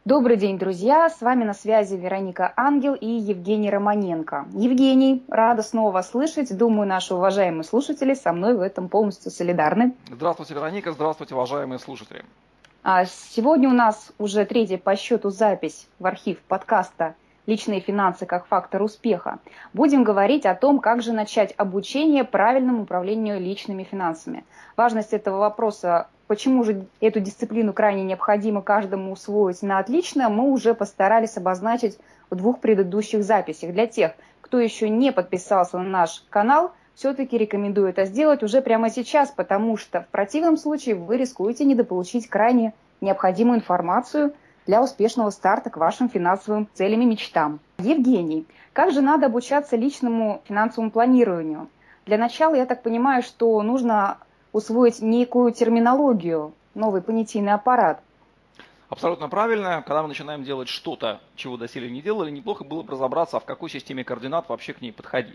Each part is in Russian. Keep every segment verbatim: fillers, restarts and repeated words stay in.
Добрый день, друзья! С вами на связи Вероника Ангел и Евгений Романенко. Евгений, рада снова вас слышать. Думаю, наши уважаемые слушатели со мной в этом полностью солидарны. Здравствуйте, Вероника. Здравствуйте, уважаемые слушатели. А Сегодня у нас уже третья по счету запись в архив подкаста «Личные финансы как фактор успеха». Будем говорить о том, как же начать обучение правильному управлению личными финансами. Важность этого вопроса, почему же эту дисциплину крайне необходимо каждому усвоить на отлично, мы уже постарались обозначить в двух предыдущих записях. Для тех, кто еще не подписался на наш канал, все-таки рекомендую это сделать уже прямо сейчас, потому что в противном случае вы рискуете недополучить крайне необходимую информацию для успешного старта к вашим финансовым целям и мечтам. Евгений, как же надо обучаться личному финансовому планированию? Для начала, я так понимаю, что нужно усвоить некую терминологию, новый понятийный аппарат. Абсолютно правильно. Когда мы начинаем делать что-то, чего доселе не делали, неплохо было бы разобраться, а в какой системе координат вообще к ней подходить.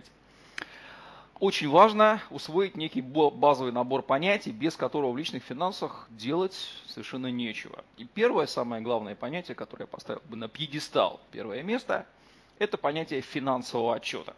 Очень важно усвоить некий базовый набор понятий, без которого в личных финансах делать совершенно нечего. И первое, самое главное понятие, которое я поставил бы на пьедестал, первое место, это понятие финансового отчета.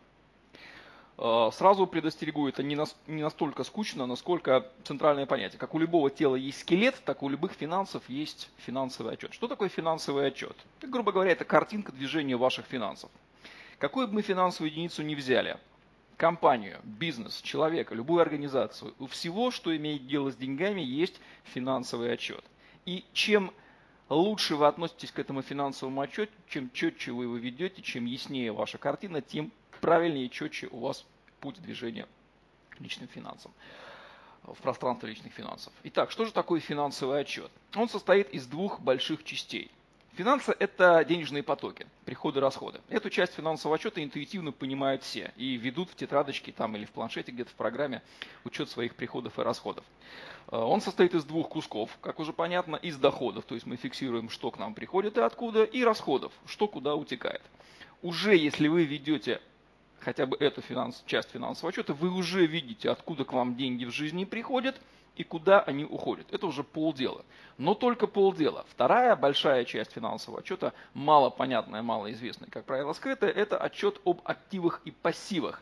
Сразу предостерегу, это не, на, не настолько скучно, насколько центральное понятие. Как у любого тела есть скелет, так у любых финансов есть финансовый отчет. Что такое финансовый отчет? Это, грубо говоря, это картинка движения ваших финансов. Какую бы мы финансовую единицу ни взяли, компанию, бизнес, человека, любую организацию, у всего, что имеет дело с деньгами, есть финансовый отчет. И чем лучше вы относитесь к этому финансовому отчету, чем четче вы его ведете, чем яснее ваша картина, тем правильнее и четче у вас путь движения к личным финансам, в пространство личных финансов. Итак, что же такое финансовый отчет? Он состоит из двух больших частей. Финансы – это денежные потоки, приходы и расходы. Эту часть финансового отчета интуитивно понимают все и ведут в тетрадочке там, или в планшете где-то в программе учет своих приходов и расходов. Он состоит из двух кусков, как уже понятно, из доходов, то есть мы фиксируем, что к нам приходит и откуда, и расходов, что куда утекает. Уже если вы ведете хотя бы эту финанс, часть финансового отчета, вы уже видите, откуда к вам деньги в жизни приходят и куда они уходят. Это уже полдела. Но только полдела. Вторая большая часть финансового отчета, малопонятная, малоизвестная, как правило, скрытая, это отчет об активах и пассивах.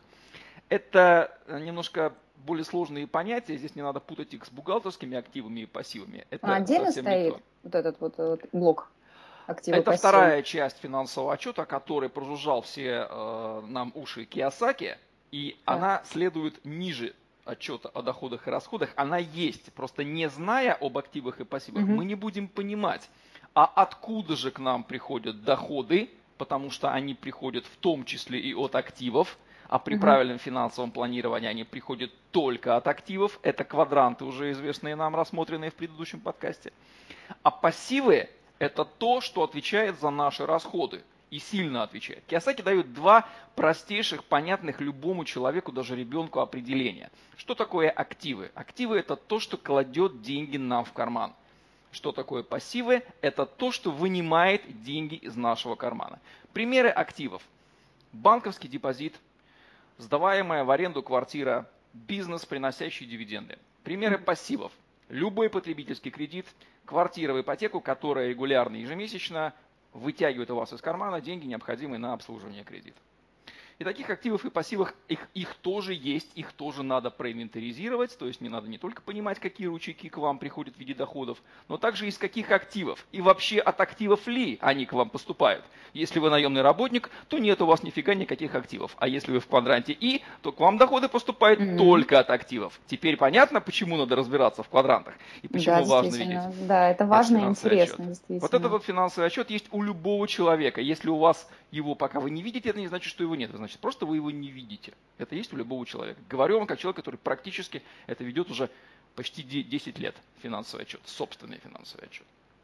Это немножко более сложные понятия, здесь не надо путать их с бухгалтерскими активами и пассивами. Это А отдельно совсем не стоит то. вот этот вот, вот блок активы и Это пассивы? вторая часть финансового отчета, который прожужжал все э, нам уши Кийосаки, и Так. она следует ниже отчета о доходах и расходах. Она есть, просто не зная об активах и пассивах, Угу. мы не будем понимать, а откуда же к нам приходят доходы, потому что они приходят в том числе и от активов, а при Угу. правильном финансовом планировании они приходят только от активов. Это квадранты, уже известные нам, рассмотренные в предыдущем подкасте. А пассивы – это то, что отвечает за наши расходы. И сильно отвечает. Кийосаки дают два простейших, понятных любому человеку, даже ребенку, определения. Что такое активы? Активы – это то, что кладет деньги нам в карман. Что такое пассивы? Это то, что вынимает деньги из нашего кармана. Примеры активов. Банковский депозит, сдаваемая в аренду квартира, бизнес, приносящий дивиденды. Примеры пассивов. Любой потребительский кредит, квартира в ипотеку, которая регулярно ежемесячно вытягивает у вас из кармана деньги, необходимые на обслуживание кредита. И таких активов и пассивов, их, их тоже есть, их тоже надо проинвентаризировать, то есть не надо не только понимать, какие ручейки к вам приходят в виде доходов, но также из каких активов, и вообще от активов ли они к вам поступают. Если вы наемный работник, то нет у вас нифига никаких активов, а если вы в квадранте И, то к вам доходы поступают mm-hmm. только от активов. Теперь понятно, почему надо разбираться в квадрантах, и почему Да, важно видеть. Да, это важно и интересно, отчет. действительно. Вот этот вот финансовый отчет есть у любого человека. Если у вас его пока вы не видите, это не значит, что его нет. Это значит, просто вы его не видите. Это есть у любого человека. Говорю вам как человек, который практически это ведет уже почти десять лет. Финансовый отчет, собственный финансовый отчет.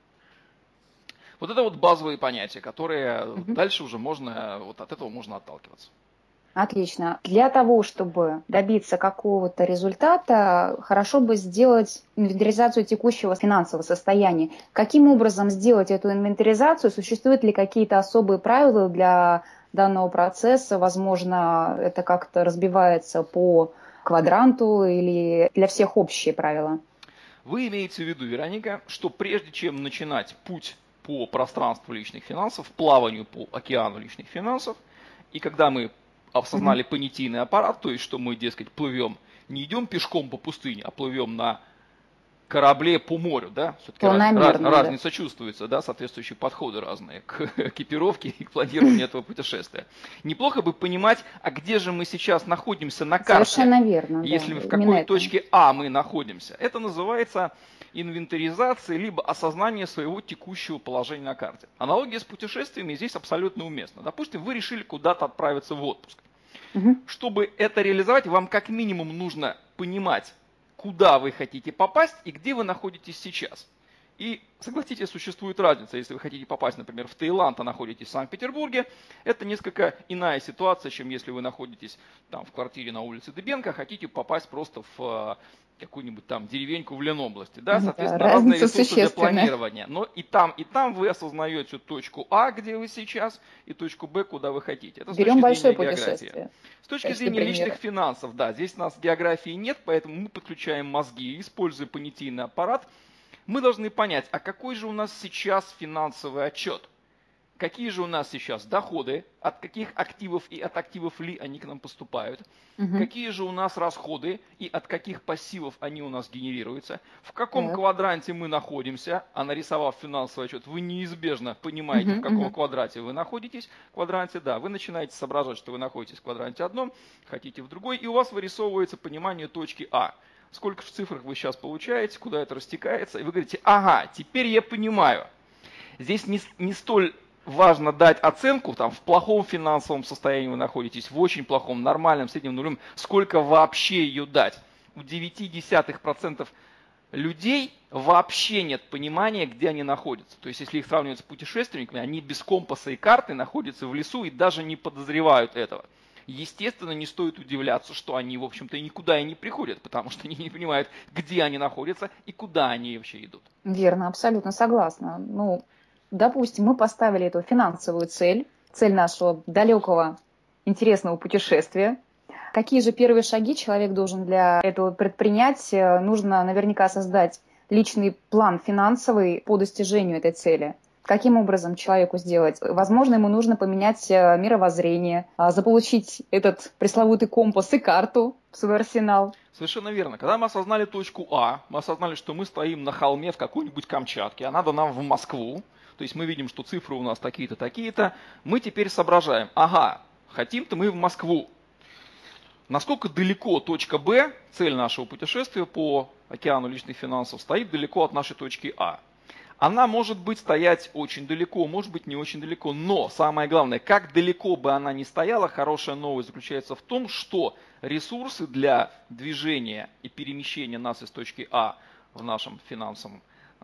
Вот это вот базовые понятия, которые угу. дальше уже можно, вот от этого можно отталкиваться. Отлично. Для того, чтобы добиться какого-то результата, хорошо бы сделать инвентаризацию текущего финансового состояния. Каким образом сделать эту инвентаризацию? Существуют ли какие-то особые правила для данного процесса? Возможно, это как-то разбивается по квадранту или для всех общие правила? Вы имеете в виду, Вероника, что прежде чем начинать путь по пространству личных финансов, плаванию по океану личных финансов. И когда мы осознали mm-hmm. понятийный аппарат, то есть что мы, дескать, плывем, не идем пешком по пустыне, а плывем на корабле по морю, да, все-таки раз, раз, да. разница чувствуется, да, соответствующие подходы разные к экипировке и к планированию этого путешествия. Неплохо бы понимать, а где же мы сейчас находимся на карте. Совершенно верно. Если да, в какой точке А мы находимся. Это называется инвентаризация, либо осознание своего текущего положения на карте. Аналогия с путешествиями здесь абсолютно уместна. Допустим, вы решили куда-то отправиться в отпуск. Угу. Чтобы это реализовать, вам как минимум нужно понимать, куда вы хотите попасть и где вы находитесь сейчас. И, согласитесь, существует разница. Если вы хотите попасть, например, в Таиланд, а находитесь в Санкт-Петербурге, это несколько иная ситуация, чем если вы находитесь там, в квартире на улице Дыбенко, а хотите попасть просто в какую-нибудь там деревеньку в Ленобласти. Да? Соответственно, да, разные ресурсы для планирования. Но и там, и там вы осознаете точку А, где вы сейчас, и точку Б, куда вы хотите. Это Берем большое путешествие. С точки зрения примера. личных финансов, да, здесь у нас географии нет, поэтому мы подключаем мозги, используя понятийный аппарат. Мы должны понять, а какой же у нас сейчас финансовый отчет? Какие же у нас сейчас доходы, от каких активов и от активов ли они к нам поступают? Угу. Какие же у нас расходы и от каких пассивов они у нас генерируются? В каком так. квадранте мы находимся? А нарисовав финансовый отчет, вы неизбежно понимаете, угу, в каком угу. квадрате вы находитесь. В квадранте, да, вы начинаете соображать, что вы находитесь в квадранте одном, хотите в другой, и у вас вырисовывается понимание точки А. Сколько в цифрах вы сейчас получаете, куда это растекается, и вы говорите, ага, теперь я понимаю. Здесь не, не столь важно дать оценку, там, в плохом финансовом состоянии вы находитесь, в очень плохом, нормальном, среднем, нулевом, сколько вообще ее дать. У девять десятых процента людей вообще нет понимания, где они находятся. То есть, если их сравнивать с путешественниками, они без компаса и карты находятся в лесу и даже не подозревают этого. Естественно, не стоит удивляться, что они, в общем-то, и никуда и не приходят, потому что они не понимают, где они находятся и куда они вообще идут. Верно, абсолютно согласна. Ну, допустим, мы поставили эту финансовую цель, цель нашего далекого интересного путешествия. Какие же первые шаги человек должен для этого предпринять? Нужно наверняка создать личный план финансовый по достижению этой цели. Каким образом человеку сделать? Возможно, ему нужно поменять мировоззрение, заполучить этот пресловутый компас и карту в свой арсенал. Совершенно верно. Когда мы осознали точку А, мы осознали, что мы стоим на холме в какой-нибудь Камчатке, а надо нам в Москву, то есть мы видим, что цифры у нас такие-то, такие-то, мы теперь соображаем, ага, хотим-то мы в Москву. Насколько далеко точка Б, цель нашего путешествия по океану личных финансов, стоит далеко от нашей точки А? Она может быть стоять очень далеко, может быть не очень далеко, но самое главное, как далеко бы она ни стояла, хорошая новость заключается в том, что ресурсы для движения и перемещения нас из точки А в нашем финансовом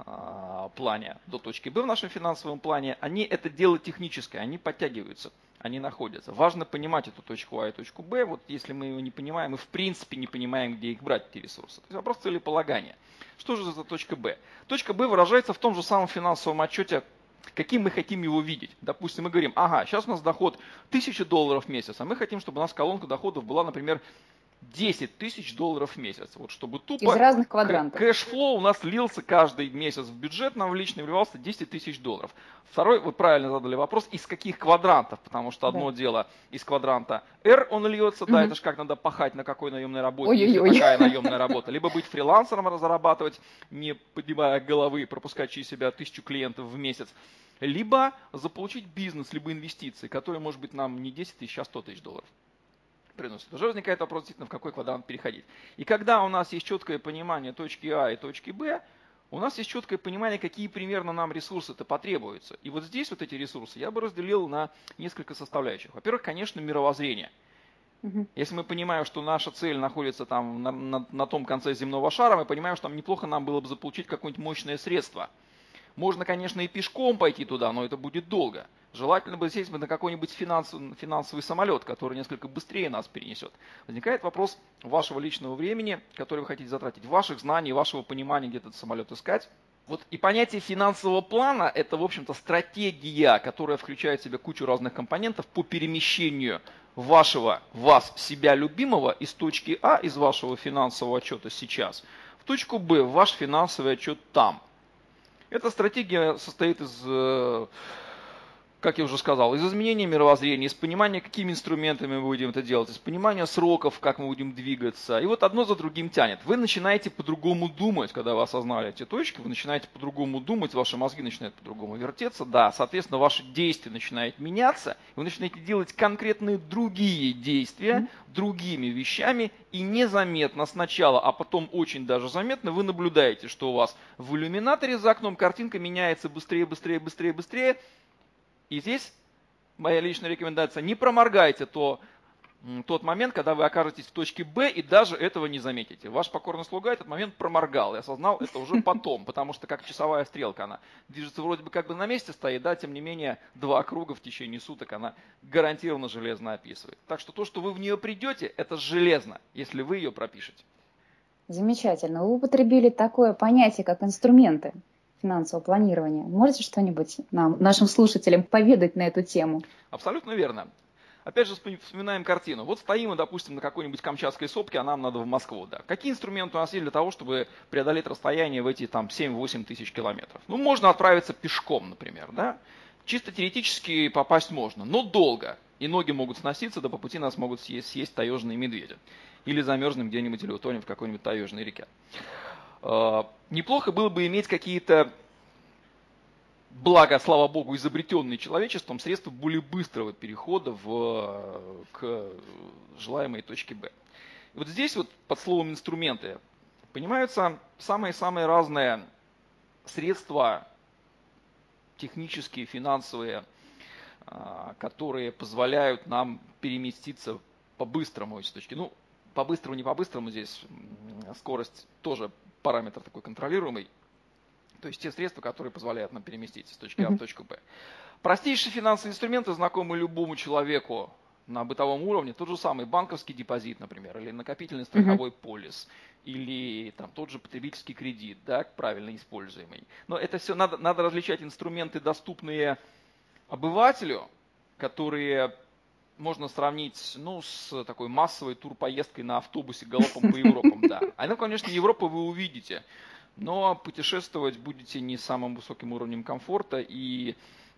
э, плане до точки Б в нашем финансовом плане, они это дело техническое, они подтягиваются, они находятся. Важно понимать эту точку А и точку Б, вот если мы ее не понимаем, мы в принципе не понимаем, где их брать, эти ресурсы. То есть вопрос целеполагания. Что же за точка Б? Точка Б выражается в том же самом финансовом отчете, каким мы хотим его видеть. Допустим, мы говорим, ага, сейчас у нас доход тысяча долларов в месяц, а мы хотим, чтобы у нас колонка доходов была, например, десять тысяч долларов в месяц. Вот чтобы тупо из разных квадрантов. Кэшфлоу у нас лился каждый месяц в бюджет, нам в личный вливался десять тысяч долларов. Второй, вы правильно задали вопрос, из каких квадрантов, потому что одно да. дело из квадранта R он льется, угу. да, это же как надо пахать на какой наемной работе, Ой-ой-ой. если такая наемная работа. Либо быть фрилансером, зарабатывать, не поднимая головы, пропускать через себя тысячу клиентов в месяц. Либо заполучить бизнес, либо инвестиции, которые, может быть, нам не десять тысяч, а сто тысяч долларов приносит. Уже возникает вопрос, действительно, в какой квадрант переходить. И когда у нас есть четкое понимание точки А и точки Б, у нас есть четкое понимание, какие примерно нам ресурсы-то потребуются. И вот здесь вот эти ресурсы я бы разделил на несколько составляющих. Во-первых, конечно, мировоззрение. Угу. Если мы понимаем, что наша цель находится там на, на, на том конце земного шара, мы понимаем, что там неплохо нам было бы заполучить какое-нибудь мощное средство. Можно, конечно, и пешком пойти туда, но это будет долго. Желательно бы сесть на какой-нибудь финансовый, финансовый самолет, который несколько быстрее нас перенесет. Возникает вопрос вашего личного времени, который вы хотите затратить, ваших знаний, вашего понимания, где этот самолет искать. Вот и понятие финансового плана – это, в общем-то, стратегия, которая включает в себя кучу разных компонентов по перемещению вашего, вас, себя любимого из точки А, из вашего финансового отчета сейчас, в точку Б, в ваш финансовый отчет там. Эта стратегия состоит из, как я уже сказал, из изменения мировоззрения, из понимания, какими инструментами мы будем это делать, из понимания сроков, как мы будем двигаться. И вот одно за другим тянет. Вы начинаете по-другому думать, когда вы осознали эти точки, вы начинаете по-другому думать, ваши мозги начинают по-другому вертеться, да, соответственно, ваши действия начинают меняться, и вы начинаете делать конкретные другие действия, другими вещами, и незаметно сначала, а потом очень даже заметно, вы наблюдаете, что у вас в иллюминаторе за окном картинка меняется быстрее, быстрее, быстрее, быстрее. И здесь моя личная рекомендация: не проморгайте то, тот момент, когда вы окажетесь в точке Б и даже этого не заметите. Ваш покорный слуга этот момент проморгал и осознал это уже потом, потому что как часовая стрелка, она движется вроде бы как бы на месте стоит, да, тем не менее два круга в течение суток она гарантированно железно описывает. Так что то, что вы в нее придете, это железно, если вы ее пропишете. Замечательно. Вы употребили такое понятие, как инструменты финансового планирования. Можете что-нибудь нам, нашим слушателям поведать на эту тему? Абсолютно верно. Опять же вспоминаем картину. Вот стоим мы, допустим, на какой-нибудь Камчатской сопке, а нам надо в Москву. Да. Какие инструменты у нас есть для того, чтобы преодолеть расстояние в эти там семь-восемь тысяч километров? Ну, можно отправиться пешком, например. Да? Чисто теоретически попасть можно, но долго. И ноги могут сноситься, да по пути нас могут съесть, съесть таежные медведи. Или замерзнем где-нибудь, или утонем в какой-нибудь таежной реке. Неплохо было бы иметь какие-то, благо, слава богу, изобретенные человечеством, средства более быстрого перехода в, к желаемой точке Б. И вот здесь вот под словом инструменты понимаются самые-самые разные средства, технические, финансовые, которые позволяют нам переместиться по-быстрому эти точки. Ну, по-быстрому, не по-быстрому, здесь скорость тоже параметр такой контролируемый. То есть те средства, которые позволяют нам переместиться с точки А в точку Б. Простейшие финансовые инструменты, знакомые любому человеку на бытовом уровне, тот же самый банковский депозит, например, или накопительный страховой полис, или там, тот же потребительский кредит, да, правильно используемый. Но это все надо, надо различать инструменты, доступные обывателю, которые можно сравнить, ну, с такой массовой турпоездкой на автобусе галопом по Европам, да. А ну, конечно, Европу вы увидите, но путешествовать будете не с самым высоким уровнем комфорта, и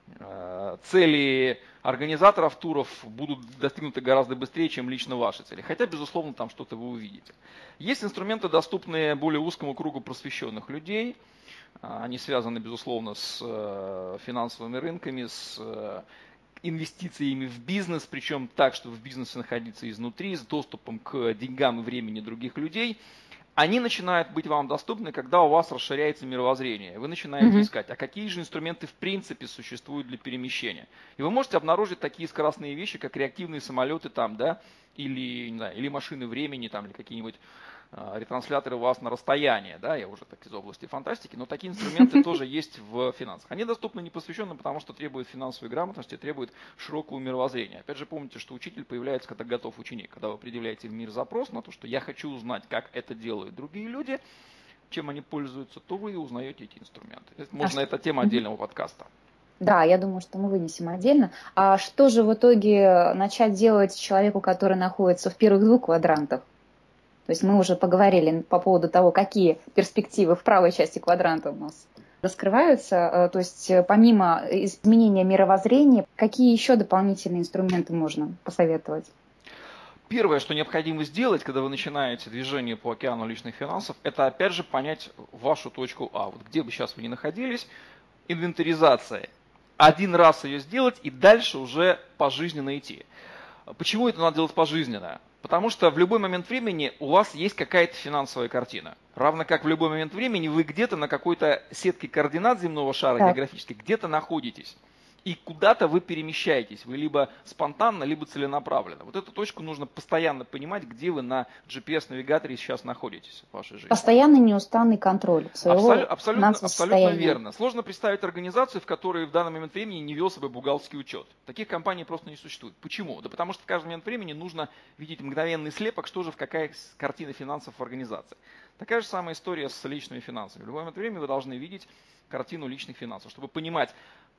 э, цели организаторов туров будут достигнуты гораздо быстрее, чем лично ваши цели. Хотя, безусловно, там что-то вы увидите. Есть инструменты, доступные более узкому кругу просвещенных людей. Они связаны, безусловно, с э, финансовыми рынками, с э, инвестициями в бизнес, причем так, чтобы в бизнесе находиться изнутри, с доступом к деньгам и времени других людей. Они начинают быть вам доступны, когда у вас расширяется мировоззрение. Вы начинаете mm-hmm. искать, а какие же инструменты в принципе существуют для перемещения. И вы можете обнаружить такие скоростные вещи, как реактивные самолеты там, да, или, не знаю, или машины времени, там, или какие-нибудь э, ретрансляторы у вас на расстоянии. Да, я уже так из области фантастики, но такие инструменты тоже есть в финансах. Они доступны непосвященным, потому что требуют финансовой грамотности, требуют широкого мировоззрения. Опять же, помните, что учитель появляется, когда готов ученик. Когда вы предъявляете в мир запрос на то, что я хочу узнать, как это делают другие люди, чем они пользуются, то вы узнаете эти инструменты. Можно, а это что? Тема отдельного подкаста. Да, я думаю, что мы вынесем отдельно. А что же в итоге начать делать человеку, который находится в первых двух квадрантах? То есть мы уже поговорили по поводу того, какие перспективы в правой части квадранта у нас раскрываются. То есть помимо изменения мировоззрения, какие еще дополнительные инструменты можно посоветовать? Первое, что необходимо сделать, когда вы начинаете движение по океану личных финансов, это опять же понять вашу точку А. Вот где бы сейчас вы ни находились, инвентаризация. Один раз ее сделать и дальше уже пожизненно идти. Почему это надо делать пожизненно? Потому что в любой момент времени у вас есть какая-то финансовая картина. Равно как в любой момент времени вы где-то на какой-то сетке координат земного шара так. географически где-то находитесь. И куда-то вы перемещаетесь. Вы либо спонтанно, либо целенаправленно. Вот эту точку нужно постоянно понимать, где вы на джи пи эс-навигаторе сейчас находитесь в вашей жизни. Постоянный неустанный контроль своего Абсолютно, абсолютно, абсолютно верно. Сложно представить организацию, в которой в данный момент времени не велся бы бухгалтерский учет. Таких компаний просто не существует. Почему? Да потому что в каждый момент времени нужно видеть мгновенный слепок, что же в какая картина финансов в организации. Такая же самая история с личными финансами. В любое момент времени вы должны видеть картину личных финансов, чтобы понимать,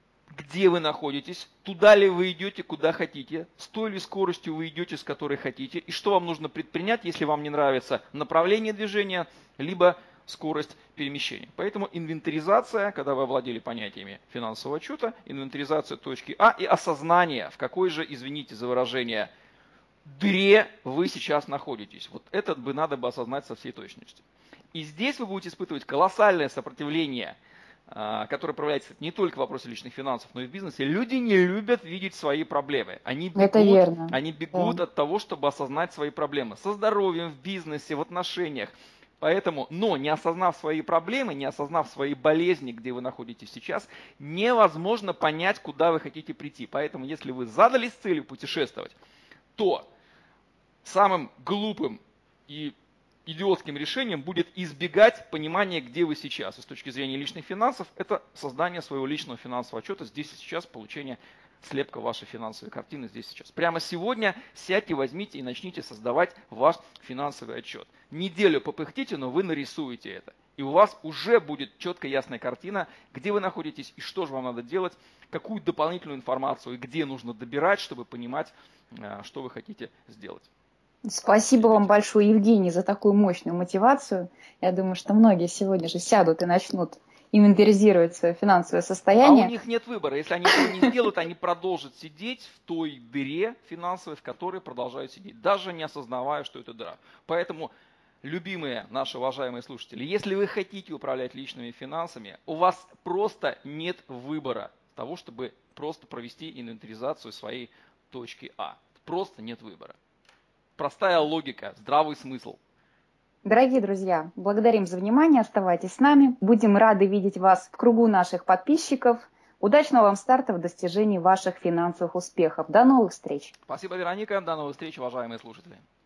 где вы находитесь, туда ли вы идете, куда хотите, с той ли скоростью вы идете, с которой хотите, и что вам нужно предпринять, если вам не нравится направление движения, либо скорость перемещения. Поэтому инвентаризация, когда вы овладели понятиями финансового отчета, инвентаризация точки А и осознание, в какой же, извините за выражение, дыре вы сейчас находитесь. Вот это бы надо бы осознать со всей точностью. И здесь вы будете испытывать колоссальное сопротивление, которое проявляется не только в вопросе личных финансов, но и в бизнесе. Люди не любят видеть свои проблемы. Они бегут, это верно. Они бегут да. от того, чтобы осознать свои проблемы. Со здоровьем, в бизнесе, в отношениях. Поэтому, но не осознав свои проблемы, не осознав свои болезни, где вы находитесь сейчас, невозможно понять, куда вы хотите прийти. Поэтому, если вы задались целью путешествовать, то самым глупым и идиотским решением будет избегать понимания, где вы сейчас. И с точки зрения личных финансов, это создание своего личного финансового отчета здесь и сейчас, получение слепка вашей финансовой картины здесь и сейчас. Прямо сегодня сядьте, возьмите и начните создавать ваш финансовый отчет. Неделю попыхтите, но вы нарисуете это. И у вас уже будет четкая, ясная картина, где вы находитесь и что же вам надо делать, какую дополнительную информацию и где нужно добирать, чтобы понимать, что вы хотите сделать. Спасибо вам большое, Евгений, за такую мощную мотивацию. Я думаю, что многие сегодня же сядут и начнут инвентаризировать свое финансовое состояние. А у них нет выбора. Если они этого не сделают, они продолжат сидеть в той дыре финансовой, в которой продолжают сидеть, даже не осознавая, что это дыра. Поэтому, любимые наши уважаемые слушатели, если вы хотите управлять личными финансами, у вас просто нет выбора того, чтобы просто провести инвентаризацию своей точки А. Просто нет выбора. Простая логика, здравый смысл. Дорогие друзья, благодарим за внимание, оставайтесь с нами. Будем рады видеть вас в кругу наших подписчиков. Удачного вам старта в достижении ваших финансовых успехов. До новых встреч. Спасибо, Вероника. До новых встреч, уважаемые слушатели.